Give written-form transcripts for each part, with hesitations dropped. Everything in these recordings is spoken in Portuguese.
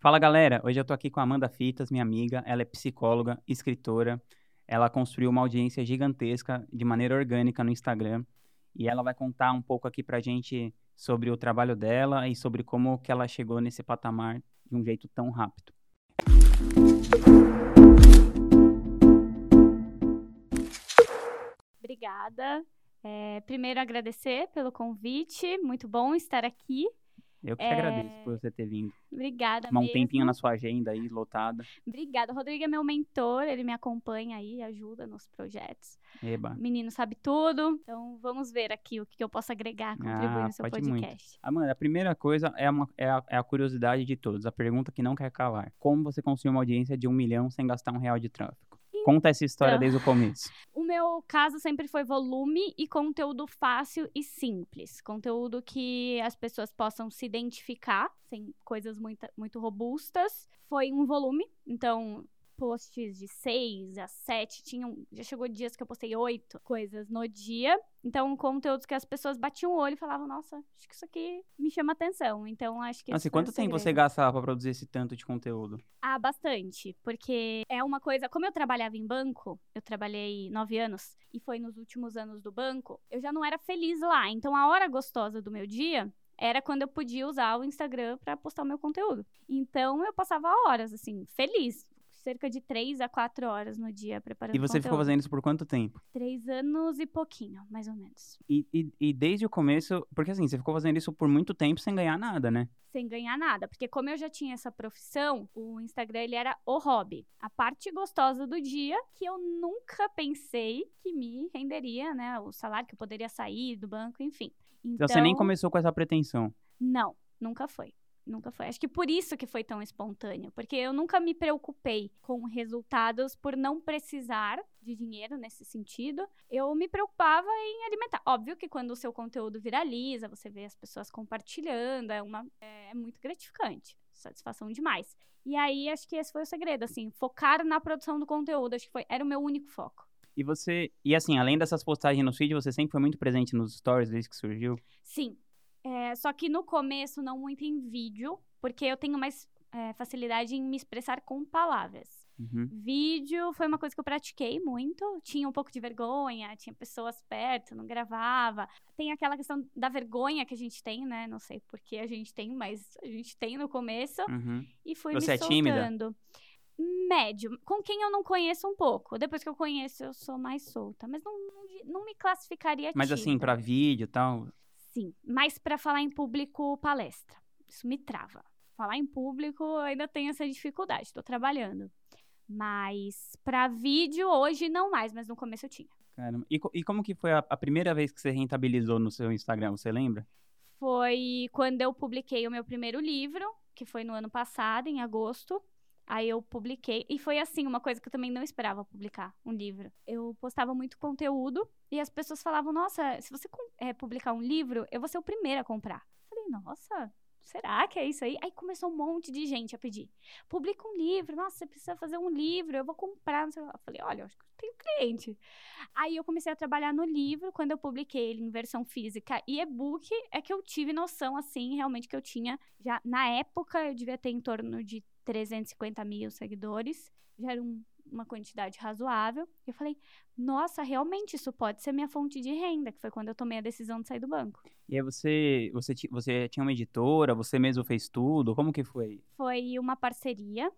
Fala galera, hoje eu tô aqui com a Amanda Fitas, minha amiga. Ela é psicóloga, escritora. Ela construiu uma audiência gigantesca de maneira orgânica no Instagram. E ela vai contar um pouco aqui pra gente sobre o trabalho dela e sobre como que ela chegou nesse patamar de um jeito tão rápido. Obrigada. Primeiro, agradecer pelo convite. Muito bom estar aqui. Eu que te agradeço por você ter vindo. Obrigada Tomar um mesmo. tempinho na sua agenda aí, lotada. Obrigada. O Rodrigo é meu mentor, ele me acompanha aí, ajuda nos projetos. Eba. O menino sabe tudo. Então, vamos ver aqui o que eu posso agregar, contribuir no seu pode podcast. muito. Amanda, a primeira coisa é a curiosidade de todos, a pergunta que não quer calar. Como você conseguiu uma audiência de 1 milhão sem gastar R$1 de tráfego? Conta essa história desde o começo. O meu caso sempre foi volume e conteúdo fácil e simples. Conteúdo que as pessoas possam se identificar, sem coisas muito robustas. Foi um volume, então posts de 6 a 7, já chegou dias que eu postei 8 coisas no dia. Então, conteúdos que as pessoas batiam o olho e falavam, nossa, acho que isso aqui me chama atenção. Então, acho que Nossa, e quanto tempo você gastava pra produzir esse tanto de conteúdo? Bastante, porque é uma coisa, como eu trabalhava em banco, eu trabalhei 9 anos, e foi nos últimos anos do banco, eu já não era feliz lá. Então, a hora gostosa do meu dia era quando eu podia usar o Instagram pra postar o meu conteúdo. Então, eu passava horas, assim, feliz. Cerca de 3 a 4 horas no dia preparando conteúdo. E você ficou fazendo isso por quanto tempo? 3 anos e pouquinho, mais ou menos. E desde o começo, porque assim, você ficou fazendo isso por muito tempo sem ganhar nada, né? Sem ganhar nada, porque como eu já tinha essa profissão, o Instagram ele era o hobby. A parte gostosa do dia, que eu nunca pensei que me renderia, né? O salário que eu poderia sair do banco, enfim. Então você nem começou com essa pretensão? Não, nunca foi. Nunca foi. Acho que por isso que foi tão espontâneo. Porque eu nunca me preocupei com resultados por não precisar de dinheiro nesse sentido. Eu me preocupava em alimentar. Óbvio que quando o seu conteúdo viraliza, você vê as pessoas compartilhando, é muito gratificante. Satisfação demais. E aí, acho que esse foi o segredo, assim, focar na produção do conteúdo. Acho que era o meu único foco. E assim, além dessas postagens no feed, você sempre foi muito presente nos stories desde que surgiu? Sim. Só que no começo, não muito em vídeo, porque eu tenho mais facilidade em me expressar com palavras. Uhum. Vídeo foi uma coisa que eu pratiquei muito, tinha um pouco de vergonha, tinha pessoas perto, não gravava. Tem aquela questão da vergonha que a gente tem, né? Não sei por que a gente tem, mas a gente tem no começo. Uhum. E fui Você me soltando. tímida? Médio. Com quem eu não conheço um pouco. Depois que eu conheço, eu sou mais solta. Mas não me classificaria Mas tímida. assim, pra vídeo e tal? Sim, mas para falar em público, palestra. Isso me trava. Falar em público, eu ainda tenho essa dificuldade, estou trabalhando. Mas para vídeo, hoje não mais, mas no começo eu tinha. Caramba. E como que foi a primeira vez que você rentabilizou no seu Instagram, você lembra? Foi quando eu publiquei o meu primeiro livro, que foi no ano passado, em agosto. Aí eu publiquei, e foi assim, uma coisa que eu também não esperava publicar, um livro. Eu postava muito conteúdo, e as pessoas falavam, nossa, se você publicar um livro, eu vou ser o primeiro a comprar. Eu falei, nossa, será que é isso aí? Aí começou um monte de gente a pedir, publica um livro, nossa, você precisa fazer um livro, eu vou comprar. Não sei. Eu falei, olha, eu acho que eu tenho cliente. Aí eu comecei a trabalhar no livro, quando eu publiquei ele em versão física e e-book, é que eu tive noção, assim, realmente que eu tinha, já na época, eu devia ter em torno de 350 mil seguidores, já era uma quantidade razoável. Eu falei, nossa, realmente isso pode ser minha fonte de renda, que foi quando eu tomei a decisão de sair do banco. E aí você tinha uma editora, você mesmo fez tudo, como que foi? Foi uma parceria,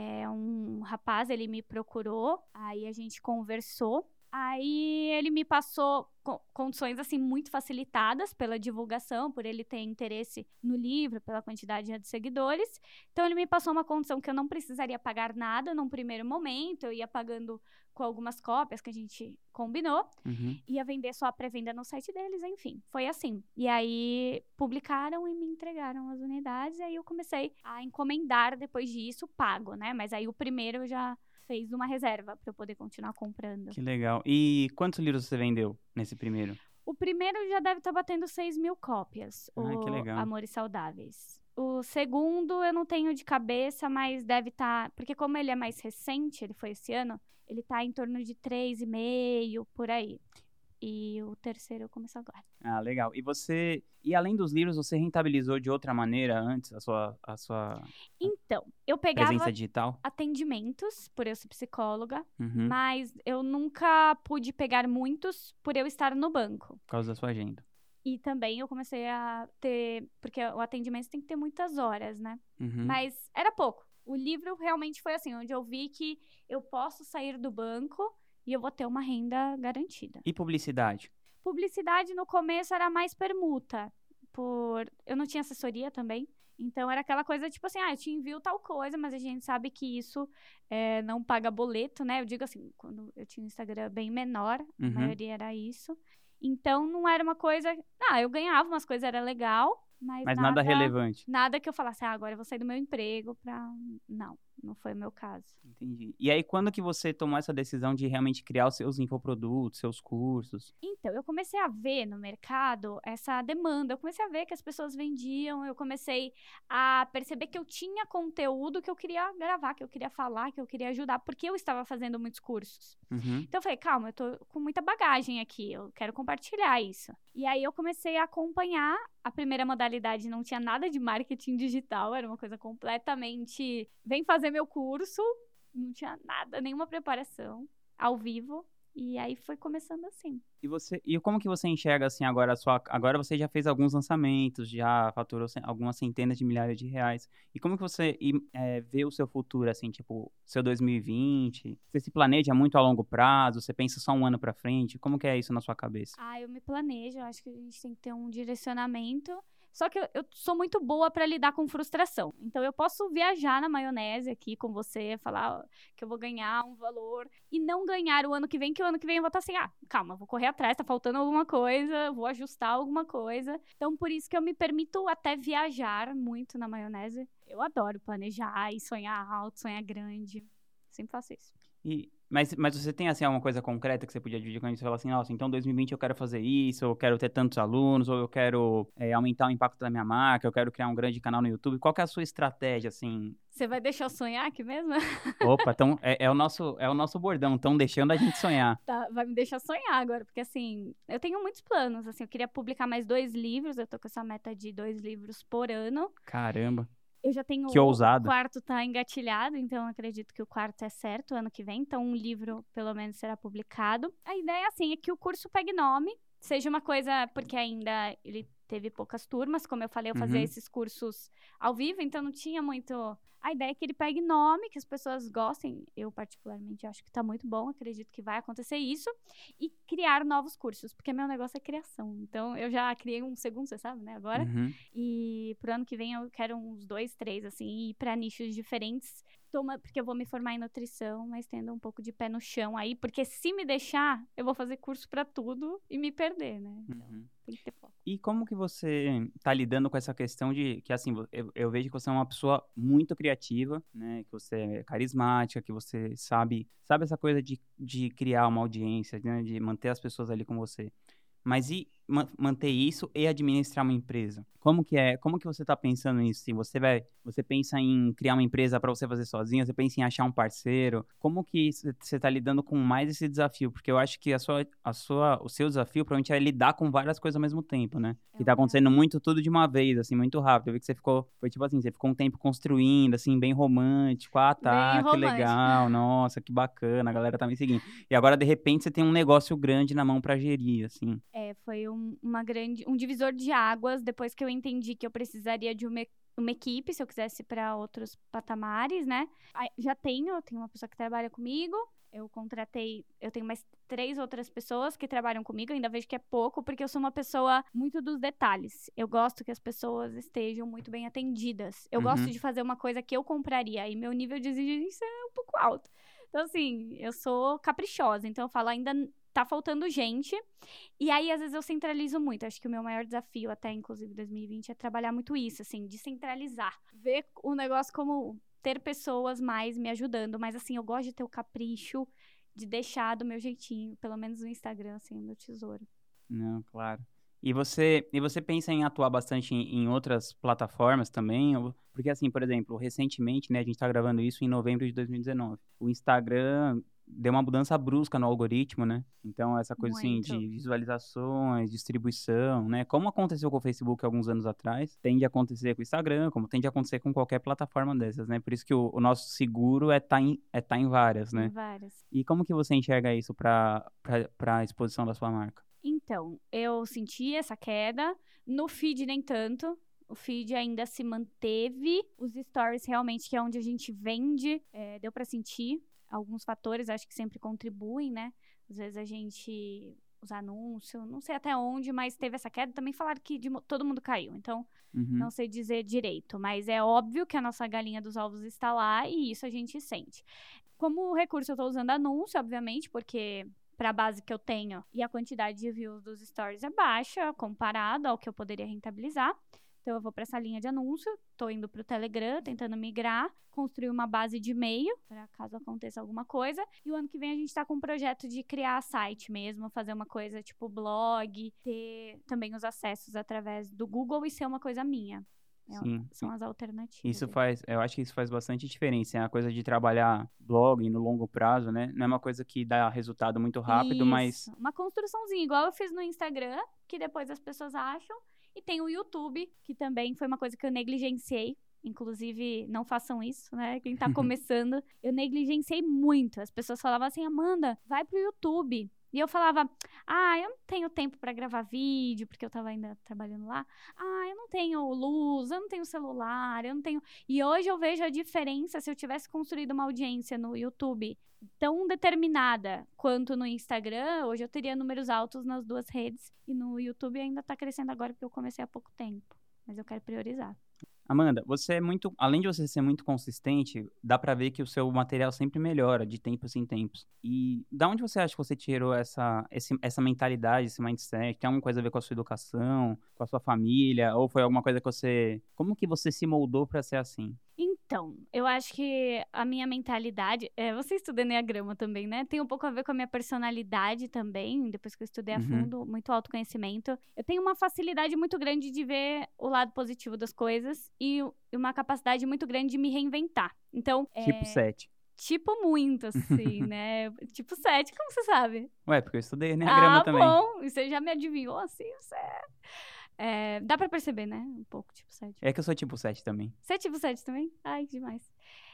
um rapaz, ele me procurou, aí a gente conversou, aí ele me passou condições, assim, muito facilitadas pela divulgação, por ele ter interesse no livro, pela quantidade de seguidores. Então, ele me passou uma condição que eu não precisaria pagar nada num primeiro momento, eu ia pagando com algumas cópias que a gente combinou, ia vender só a pré-venda no site deles, enfim, foi assim. E aí, publicaram e me entregaram as unidades, e aí eu comecei a encomendar depois disso, pago, né? Mas aí o primeiro eu já fez uma reserva para eu poder continuar comprando. Que legal. E quantos livros você vendeu nesse primeiro? O primeiro já deve estar batendo 6 mil cópias, que legal. Amores Saudáveis. O segundo eu não tenho de cabeça, mas deve estar... Porque como ele é mais recente, ele foi esse ano, ele está em torno de 3,5, por aí. e o terceiro eu começo agora. Ah, legal. E além dos livros, você rentabilizou de outra maneira antes a sua Então, eu pegava presença digital? atendimentos por eu ser psicóloga, Uhum. mas eu nunca pude pegar muitos por eu estar no banco. Por causa da sua agenda. E também eu comecei a ter, porque o atendimento tem que ter muitas horas, né? Uhum. Mas era pouco. O livro realmente foi assim, onde eu vi que eu posso sair do banco e eu vou ter uma renda garantida. E publicidade? Publicidade no começo era mais permuta, eu não tinha assessoria também. Então era aquela coisa tipo assim, eu te envio tal coisa, mas a gente sabe que isso não paga boleto, né? Eu digo assim, quando eu tinha um Instagram bem menor, a Uhum. maioria era isso. Então não era uma coisa. Eu ganhava umas coisas, era legal, mas Mas nada relevante. nada que eu falasse, agora eu vou sair do meu emprego pra. Não foi o meu caso. Entendi. E aí, quando que você tomou essa decisão de realmente criar os seus infoprodutos, seus cursos? Então, eu comecei a ver no mercado essa demanda. Eu comecei a ver que as pessoas vendiam. Eu comecei a perceber que eu tinha conteúdo que eu queria gravar, que eu queria falar, que eu queria ajudar, porque eu estava fazendo muitos cursos. Uhum. Então, eu falei, calma, eu tô com muita bagagem aqui, eu quero compartilhar isso. E aí, eu comecei a acompanhar. A primeira modalidade não tinha nada de marketing digital, era uma coisa completamente. Vem fazer meu curso, não tinha nada, nenhuma preparação, ao vivo. E aí foi começando assim. E como que você enxerga, assim, agora você já fez alguns lançamentos, já faturou algumas centenas de milhares de reais. E como que você vê o seu futuro, assim, tipo, seu 2020? Você se planeja muito a longo prazo? Você pensa só um ano pra frente? Como que é isso na sua cabeça? Eu me planejo, eu acho que a gente tem que ter um direcionamento. Só que eu sou muito boa pra lidar com frustração. Então, eu posso viajar na maionese aqui com você, falar que eu vou ganhar um valor e não ganhar o ano que vem, que o ano que vem eu vou estar assim, calma, vou correr atrás, tá faltando alguma coisa, vou ajustar alguma coisa. Então, por isso que eu me permito até viajar muito na maionese. Eu adoro planejar e sonhar alto, sonhar grande. Sempre faço isso. Mas você tem, assim, alguma coisa concreta que você podia dividir com a gente? Você fala assim, nossa, então 2020 eu quero fazer isso, eu quero ter tantos alunos, ou eu quero aumentar o impacto da minha marca, eu quero criar um grande canal no YouTube. Qual que é a sua estratégia, assim? Você vai deixar eu sonhar aqui mesmo? Opa, então é o nosso bordão, estão deixando a gente sonhar. Tá, vai me deixar sonhar agora, porque assim, eu tenho muitos planos, assim, eu queria publicar mais 2 livros, eu tô com essa meta de 2 livros por ano. Caramba. Eu já tenho Que ousado. O quarto tá engatilhado, então eu acredito que o quarto é certo ano que vem. Então, um livro, pelo menos, será publicado. A ideia, assim, é que o curso pegue nome, seja uma coisa, porque ainda ele teve poucas turmas, como eu falei, eu fazia esses cursos ao vivo, então não tinha muito. A ideia é que ele pegue nome, que as pessoas gostem. Eu, particularmente, acho que tá muito bom, acredito que vai acontecer isso. E criar novos cursos, porque meu negócio é criação. Então, eu já criei um segundo, você sabe, né, agora. E pro ano que vem eu quero uns 2, 3, assim, ir pra nichos diferentes. Porque eu vou me formar em nutrição, mas tendo um pouco de pé no chão aí. Porque se me deixar, eu vou fazer curso pra tudo e me perder, né? Então, tem que ter foco. E como que você tá lidando com essa questão de que, assim, eu vejo que você é uma pessoa muito criativa, né? Que você é carismática, que você sabe essa coisa de criar uma audiência, né? De manter as pessoas ali com você. Mas e manter isso e administrar uma empresa? Como que você tá pensando nisso? Assim, você pensa em criar uma empresa para você fazer sozinho? Você pensa em achar um parceiro? Como que você tá lidando com mais esse desafio? Porque eu acho que o seu desafio provavelmente é lidar com várias coisas ao mesmo tempo, né? Que tá acontecendo muito tudo de uma vez, assim, muito rápido. Eu vi que você ficou um tempo construindo, assim, bem romântico. Ah, tá, Bem que romântico. legal, nossa, que bacana, a galera tá me seguindo. E agora, de repente, você tem um negócio grande na mão pra gerir, assim. Foi um divisor de águas depois que eu entendi que eu precisaria de uma equipe, se eu quisesse para outros patamares, né? Eu tenho uma pessoa que trabalha comigo, eu tenho mais 3 outras pessoas que trabalham comigo, ainda vejo que é pouco, porque eu sou uma pessoa muito dos detalhes. Eu gosto que as pessoas estejam muito bem atendidas. Eu gosto de fazer uma coisa que eu compraria, e meu nível de exigência é um pouco alto. Então, assim, eu sou caprichosa, então eu falo, ainda tá faltando gente. E aí, às vezes, eu centralizo muito. Acho que o meu maior desafio, até inclusive 2020, é trabalhar muito isso, assim, de centralizar. Ver o negócio como ter pessoas mais me ajudando. Mas, assim, eu gosto de ter o capricho de deixar do meu jeitinho, pelo menos no Instagram, assim, o meu tesouro. Não, claro. E você pensa em atuar bastante em outras plataformas também? Porque, assim, por exemplo, recentemente, né, a gente tá gravando isso em novembro de 2019. O Instagram deu uma mudança brusca no algoritmo, né? Então, essa coisa assim Muito. de visualizações, distribuição, né? Como aconteceu com o Facebook alguns anos atrás, tende a acontecer com o Instagram, como tende a acontecer com qualquer plataforma dessas, né? Por isso que o nosso seguro é tá em várias, Tem né? várias. E como que você enxerga isso para exposição da sua marca? Então, eu senti essa queda. No feed, nem tanto. O feed ainda se manteve. Os stories, realmente, que é onde a gente vende, deu pra sentir. Alguns fatores, acho que sempre contribuem, né? Às vezes a gente usa anúncio, não sei até onde, mas teve essa queda. Também falaram que todo mundo caiu. Então, Uhum. não sei dizer direito. Mas é óbvio que a nossa galinha dos ovos está lá e isso a gente sente. Como recurso, eu tô usando anúncio, obviamente, porque para a base que eu tenho e a quantidade de views dos stories é baixa comparado ao que eu poderia rentabilizar. Então, eu vou para essa linha de anúncio, tô indo pro Telegram, tentando migrar, construir uma base de e-mail, para caso aconteça alguma coisa. E o ano que vem a gente tá com um projeto de criar site mesmo, fazer uma coisa tipo blog, ter também os acessos através do Google e ser uma coisa minha. Sim. São as alternativas. Isso eu acho que isso faz bastante diferença. É a coisa de trabalhar blog no longo prazo, né? Não é uma coisa que dá resultado muito rápido, mas Isso, uma construçãozinha, igual eu fiz no Instagram, que depois as pessoas acham. E tem o YouTube, que também foi uma coisa que eu negligenciei. Inclusive, não façam isso, né? Quem tá começando, eu negligenciei muito. As pessoas falavam assim, Amanda, vai pro YouTube. E eu falava, eu não tenho tempo pra gravar vídeo, porque eu tava ainda trabalhando lá. Eu não tenho luz, eu não tenho celular, eu não tenho... E hoje eu vejo a diferença se eu tivesse construído uma audiência no YouTube tão determinada quanto no Instagram, hoje eu teria números altos nas duas redes. E no YouTube ainda tá crescendo agora, porque eu comecei há pouco tempo. Mas eu quero priorizar. Amanda, você é muito, além de você ser muito consistente, dá pra ver que o seu material sempre melhora de tempos em tempos. E da onde você acha que você tirou essa mentalidade, esse mindset? Tem alguma coisa a ver com a sua educação, com a sua família, ou foi alguma coisa que como que você se moldou pra ser assim? Então, eu acho que a minha mentalidade. Você estuda Enneagrama também, né? Tem um pouco a ver com a minha personalidade também. Depois que eu estudei a Uhum. fundo, muito autoconhecimento. Eu tenho uma facilidade muito grande de ver o lado positivo das coisas e uma capacidade muito grande de me reinventar. Então, Tipo 7. tipo muito assim, né? Tipo 7, como você sabe? Ué, porque eu estudei Enneagrama também. Bom, você já me adivinhou assim, dá pra perceber, né? Um pouco tipo 7. É que eu sou tipo 7 também. Você é tipo 7 também? Ai, que demais.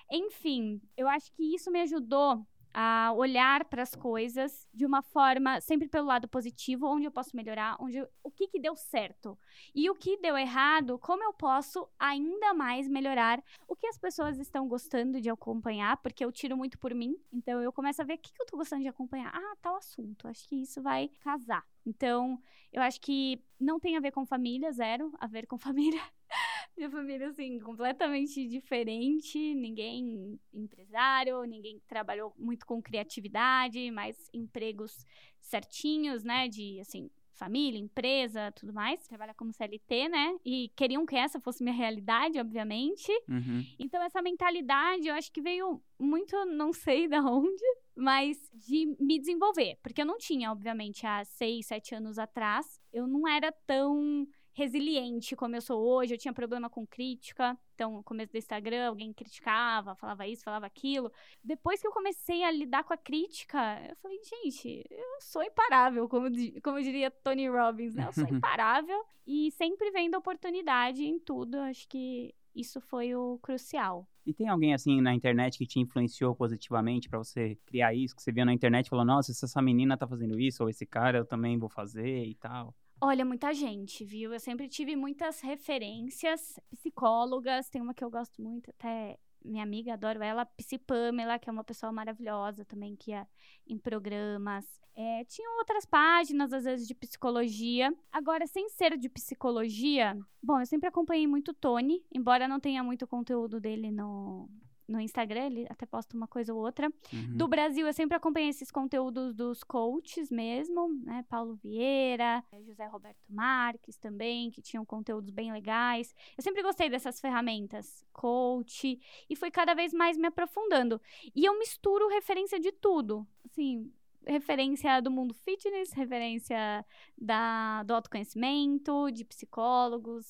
Enfim, eu acho que isso me ajudou a olhar para as coisas de uma forma sempre pelo lado positivo, onde eu posso melhorar, o que deu certo e o que deu errado, como eu posso ainda mais melhorar o que as pessoas estão gostando de acompanhar, porque eu tiro muito por mim, então eu começo a ver o que eu tô gostando de acompanhar. Tal assunto, acho que isso vai casar. Então, eu acho que não tem a ver com família, zero a ver com família. Minha família, assim, completamente diferente. Ninguém empresário, ninguém trabalhou muito com criatividade, mas empregos certinhos, né? De, assim, família, empresa, tudo mais. Trabalha como CLT, né? E queriam que essa fosse minha realidade, obviamente. Uhum. Então, essa mentalidade, eu acho que veio muito, não sei da onde, mas de me desenvolver. Porque eu não tinha, obviamente, há 6, 7 anos atrás, eu não era tão resiliente como eu sou hoje, eu tinha problema com crítica, então no começo do Instagram alguém criticava, falava isso, falava aquilo. Depois que eu comecei a lidar com a crítica, eu falei, gente, eu sou imparável, como diria Tony Robbins, né? Eu sou imparável e sempre vendo oportunidade em tudo, acho que isso foi o crucial. E tem alguém assim na internet que te influenciou positivamente pra você criar isso, que você viu na internet e falou, nossa, se essa menina tá fazendo isso, ou esse cara, eu também vou fazer e tal? Olha, muita gente, viu? Eu sempre tive muitas referências, psicólogas, tem uma que eu gosto muito, até minha amiga, adoro ela, Psi Pamela, que é uma pessoa maravilhosa também, que ia em programas. Tinham outras páginas, às vezes, de psicologia. Agora, sem ser de psicologia, bom, eu sempre acompanhei muito o Tony, embora não tenha muito conteúdo dele no Instagram, ele até posta uma coisa ou outra. Uhum. Do Brasil, eu sempre acompanhei esses conteúdos dos coaches mesmo, né? Paulo Vieira, José Roberto Marques também, que tinham conteúdos bem legais. Eu sempre gostei dessas ferramentas, coach, e fui cada vez mais me aprofundando. E eu misturo referência de tudo, assim, referência do mundo fitness, referência do autoconhecimento, de psicólogos,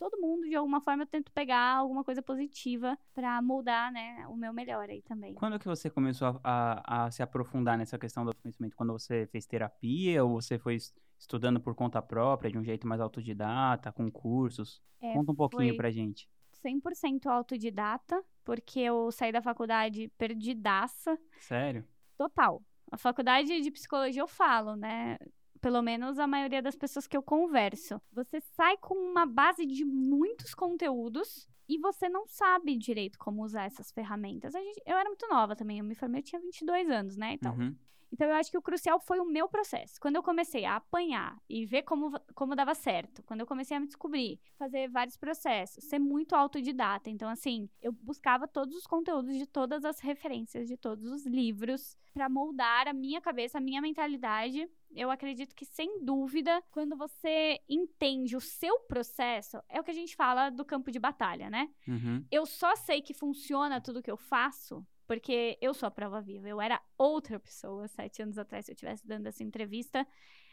todo mundo, de alguma forma, eu tento pegar alguma coisa positiva pra moldar, né, o meu melhor aí também. Quando que você começou a se aprofundar nessa questão do autoconhecimento? Quando você fez terapia ou você foi estudando por conta própria, de um jeito mais autodidata, com cursos? Conta um pouquinho Foi pra gente. 100% autodidata, porque eu saí da faculdade perdidaça, Sério? total. A faculdade de psicologia eu falo, né? Pelo menos a maioria das pessoas que eu converso. Você sai com uma base de muitos conteúdos e você não sabe direito como usar essas ferramentas. Eu era muito nova também, eu me formei, eu tinha 22 anos, né? Uhum. Então, eu acho que o crucial foi o meu processo. Quando eu comecei a apanhar e ver como dava certo, quando eu comecei a me descobrir, fazer vários processos, ser muito autodidata. Então, assim, eu buscava todos os conteúdos de todas as referências, de todos os livros, para moldar a minha cabeça, a minha mentalidade. Eu acredito que, sem dúvida, quando você entende o seu processo, é o que a gente fala do campo de batalha, né? Uhum. Eu só sei que funciona tudo que eu faço porque eu sou a prova viva. Eu era outra pessoa 7 anos atrás. Se eu estivesse dando essa entrevista,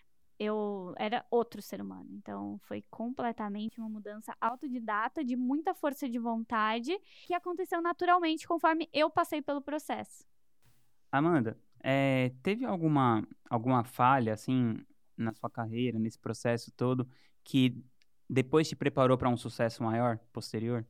eu era outro ser humano. Então, foi completamente uma mudança autodidata, de muita força de vontade, que aconteceu naturalmente conforme eu passei pelo processo. Amanda, teve alguma falha, assim, na sua carreira, nesse processo todo, que depois te preparou para um sucesso maior, posterior?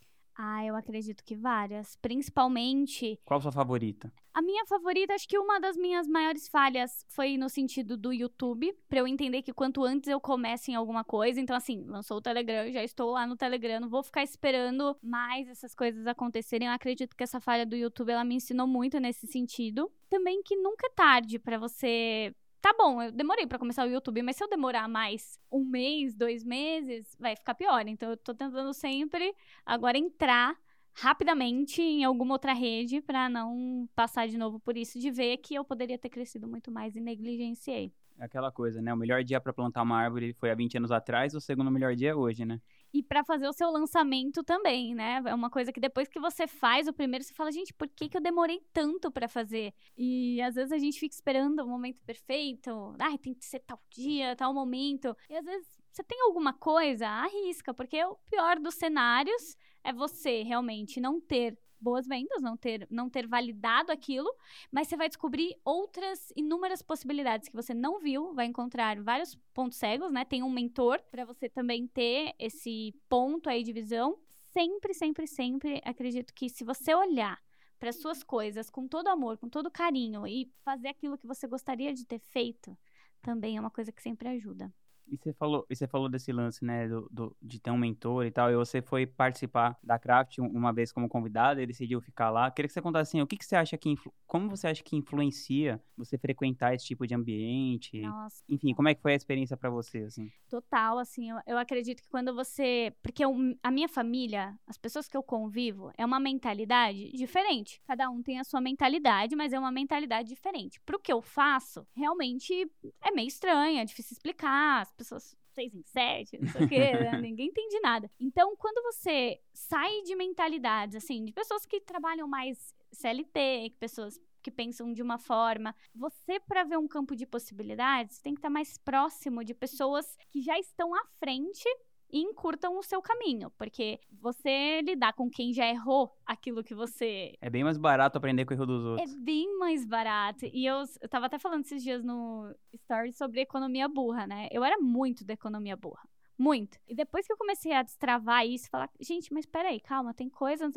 Eu acredito que várias. Principalmente, Qual a sua favorita? a minha favorita, acho que uma das minhas maiores falhas foi no sentido do YouTube, pra eu entender que quanto antes eu comece em alguma coisa, então assim, lançou o Telegram, eu já estou lá no Telegram, não vou ficar esperando mais essas coisas acontecerem. Eu acredito que essa falha do YouTube, ela me ensinou muito nesse sentido. Também que nunca é tarde pra você... Tá bom, eu demorei pra começar o YouTube, mas se eu demorar mais 1 mês, 2 meses, vai ficar pior. Então eu tô tentando sempre agora entrar rapidamente em alguma outra rede pra não passar de novo por isso, de ver que eu poderia ter crescido muito mais e negligenciei. É aquela coisa, né? O melhor dia para plantar uma árvore foi há 20 anos atrás, o segundo melhor dia é hoje, né? E pra fazer o seu lançamento também, né? É uma coisa que depois que você faz o primeiro, você fala, gente, por que eu demorei tanto pra fazer? E às vezes a gente fica esperando o momento perfeito. Tem que ser tal dia, tal momento. E às vezes você tem alguma coisa, arrisca, porque o pior dos cenários é você realmente não ter boas vendas, não ter validado aquilo, mas você vai descobrir outras inúmeras possibilidades que você não viu, vai encontrar vários pontos cegos, né? Tem um mentor para você também ter esse ponto aí de visão. Sempre, sempre, sempre acredito que se você olhar para suas coisas com todo amor, com todo carinho e fazer aquilo que você gostaria de ter feito, também é uma coisa que sempre ajuda. E você falou desse lance, né, de ter um mentor e tal, e você foi participar da Craft uma vez como convidada e decidiu ficar lá. Queria que você contasse assim, o que você acha como você acha que influencia você frequentar esse tipo de ambiente? Nossa. Enfim, como é que foi a experiência pra você, assim? Total, assim, eu acredito que quando você... Porque a minha família, as pessoas que eu convivo, é uma mentalidade diferente. Cada um tem a sua mentalidade, mas é uma mentalidade diferente. Pro que eu faço, realmente é meio estranho, é difícil explicar. As pessoas 6 em 7, não sei o quê, né? Ninguém entende nada. Então, quando você sai de mentalidades, assim, de pessoas que trabalham mais CLT, pessoas que pensam de uma forma, você, para ver um campo de possibilidades, tem que estar mais próximo de pessoas que já estão à frente e encurtam o seu caminho, porque você lidar com quem já errou aquilo que você... É bem mais barato aprender com o erro dos É outros. bem mais barato. E eu tava até falando esses dias no Story sobre economia burra, né? Eu era muito da economia burra. Muito. E depois que eu comecei a destravar isso, falar, gente, mas peraí, calma, tem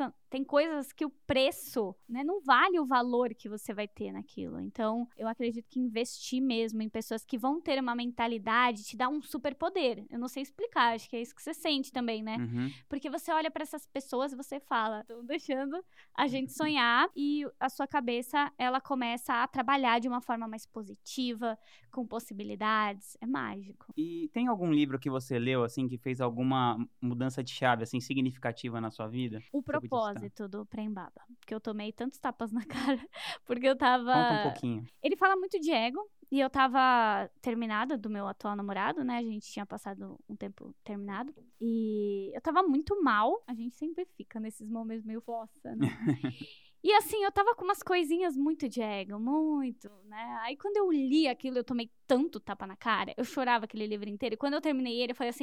coisas que o preço, né, não vale o valor que você vai ter naquilo. Então, eu acredito que investir mesmo em pessoas que vão ter uma mentalidade te dá um superpoder. Eu não sei explicar, acho que é isso que você sente também, né? Uhum. Porque você olha pra essas pessoas e você fala, estão deixando a gente sonhar, e a sua cabeça, ela começa a trabalhar de uma forma mais positiva, com possibilidades. É mágico. E tem algum livro que você leu, assim, que fez alguma mudança de chave, assim, significativa na sua vida? O Você podia citar? propósito do Prembaba, que eu tomei tantos tapas na cara, porque eu tava... Conta um pouquinho. Ele fala muito de ego, e eu tava terminada do meu atual namorado, né? A gente tinha passado um tempo terminado. E eu tava muito mal. A gente sempre fica nesses momentos meio fossa, né? E assim, eu tava com umas coisinhas muito de ego, muito, né? Aí quando eu li aquilo, eu tomei tanto tapa na cara, eu chorava aquele livro inteiro. E quando eu terminei ele, eu falei assim,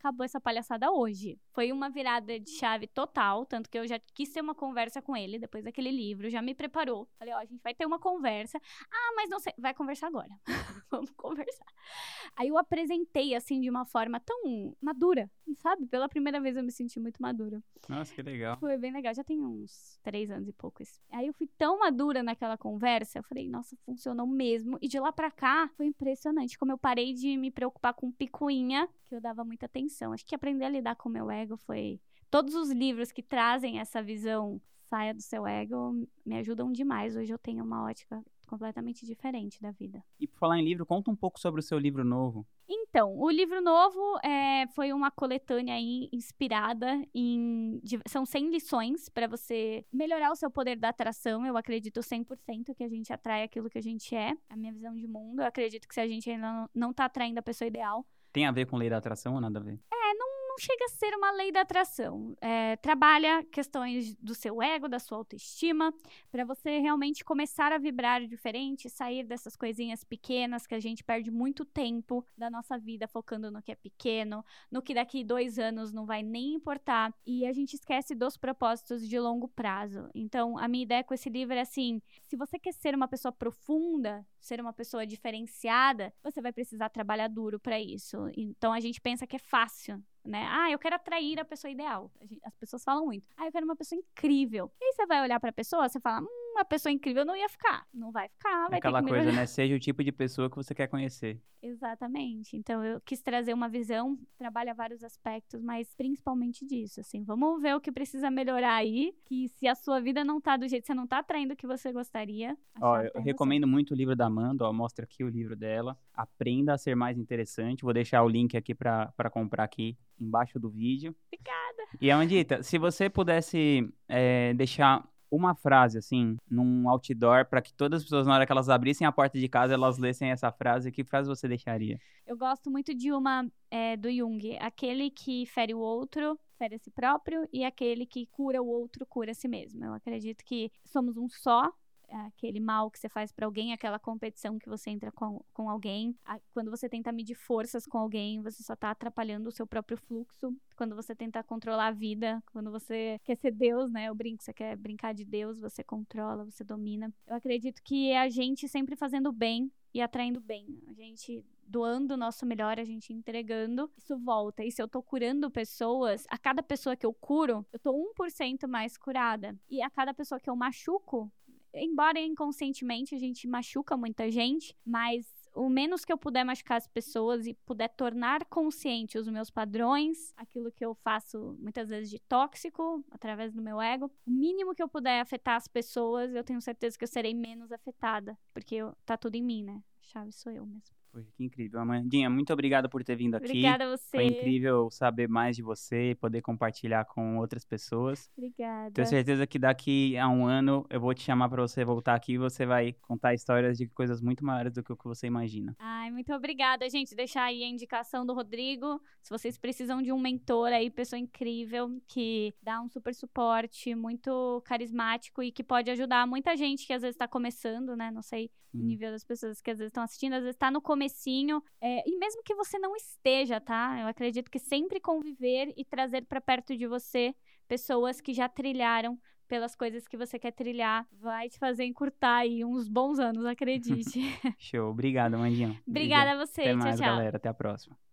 acabou essa palhaçada hoje. Foi uma virada de chave total, tanto que eu já quis ter uma conversa com ele depois daquele livro, já me preparou. Falei, ó, a gente vai ter uma conversa. Ah, mas não sei, vai conversar agora. Vamos conversar. Aí eu apresentei, assim, de uma forma tão madura, sabe? Pela primeira vez eu me senti muito madura. Nossa, que legal. Foi bem legal, já tem uns 3 anos e pouco isso. Aí eu fui tão madura naquela conversa, eu falei, nossa, funcionou mesmo. E de lá pra cá, foi impressionante como eu parei de me preocupar com picuinha, que eu dava muita atenção. Acho que aprender a lidar com o meu ego foi... Todos os livros que trazem essa visão, saia do seu ego, me ajudam demais. Hoje eu tenho uma ótica completamente diferente da vida. E por falar em livro, conta um pouco sobre o seu livro novo. Então, o livro novo foi uma coletânea aí inspirada em... São 100 lições para você melhorar o seu poder da atração. Eu acredito 100% que a gente atrai aquilo que a gente é. A minha visão de mundo. Eu acredito que se a gente ainda não tá atraindo a pessoa ideal... Tem a ver com lei da atração ou nada a ver? Não chega a ser uma lei da atração. Trabalha questões do seu ego, da sua autoestima, para você realmente começar a vibrar diferente, sair dessas coisinhas pequenas que a gente perde muito tempo da nossa vida focando no que é pequeno, no que daqui 2 anos não vai nem importar, e a gente esquece dos propósitos de longo prazo. Então, a minha ideia com esse livro é assim, se você quer ser uma pessoa profunda, ser uma pessoa diferenciada, você vai precisar trabalhar duro para isso. Então, a gente pensa que é fácil, né? Ah, eu quero atrair a pessoa ideal. As pessoas falam muito. Ah, eu quero uma pessoa incrível. E aí você vai olhar pra pessoa, você fala, uma pessoa incrível não ia ficar. Não vai ficar, vai Aquela ter que coisa, melhorar. né? Seja o tipo de pessoa que você quer conhecer. Exatamente. Então, eu quis trazer uma visão, trabalha vários aspectos, mas principalmente disso, assim. Vamos ver o que precisa melhorar aí, que se a sua vida não tá do jeito, você não tá atraindo o que você gostaria. Ó, eu recomendo muito o livro da Amanda, ó, mostra aqui o livro dela. Aprenda a ser mais interessante. Vou deixar o link aqui pra comprar aqui embaixo do vídeo. Obrigada. E Amandita, se você pudesse deixar uma frase, assim, num outdoor, para que todas as pessoas, na hora que elas abrissem a porta de casa, elas lessem essa frase, que frase você deixaria? Eu gosto muito de uma do Jung. Aquele que fere o outro, fere a si próprio, e aquele que cura o outro, cura a si mesmo. Eu acredito que somos um só. Aquele mal que você faz pra alguém, aquela competição que você entra com alguém. Quando você tenta medir forças com alguém, você só tá atrapalhando o seu próprio fluxo. Quando você tenta controlar a vida, quando você quer ser Deus, né? Eu brinco, você quer brincar de Deus, você controla, você domina. Eu acredito que é a gente sempre fazendo bem e atraindo bem. A gente doando o nosso melhor, a gente entregando, isso volta. E se eu tô curando pessoas, a cada pessoa que eu curo, eu tô 1% mais curada. E a cada pessoa que eu machuco, embora inconscientemente a gente machuca muita gente, mas o menos que eu puder machucar as pessoas e puder tornar consciente os meus padrões, aquilo que eu faço muitas vezes de tóxico, através do meu ego, o mínimo que eu puder afetar as pessoas, eu tenho certeza que eu serei menos afetada, porque tá tudo em mim, né? A chave sou eu mesmo. Poxa, que incrível. Amandinha, muito obrigado por ter vindo aqui. Obrigada a você. Foi incrível saber mais de você e poder compartilhar com outras pessoas. Obrigada. Tenho certeza que daqui a 1 ano eu vou te chamar para você voltar aqui e você vai contar histórias de coisas muito maiores do que o que você imagina. Ai, muito obrigada, gente. Deixar aí a indicação do Rodrigo. Se vocês precisam de um mentor aí, pessoa incrível, que dá um super suporte, muito carismático e que pode ajudar muita gente que às vezes tá começando, né? Não sei o nível das pessoas que às vezes estão assistindo, às vezes tá no comecinho. E mesmo que você não esteja, tá? Eu acredito que sempre conviver e trazer pra perto de você pessoas que já trilharam pelas coisas que você quer trilhar, vai te fazer encurtar aí uns bons anos, acredite. Show. Obrigado, Amandinha. Obrigada a você. Até Tchau, mais, tchau. galera. Até a próxima.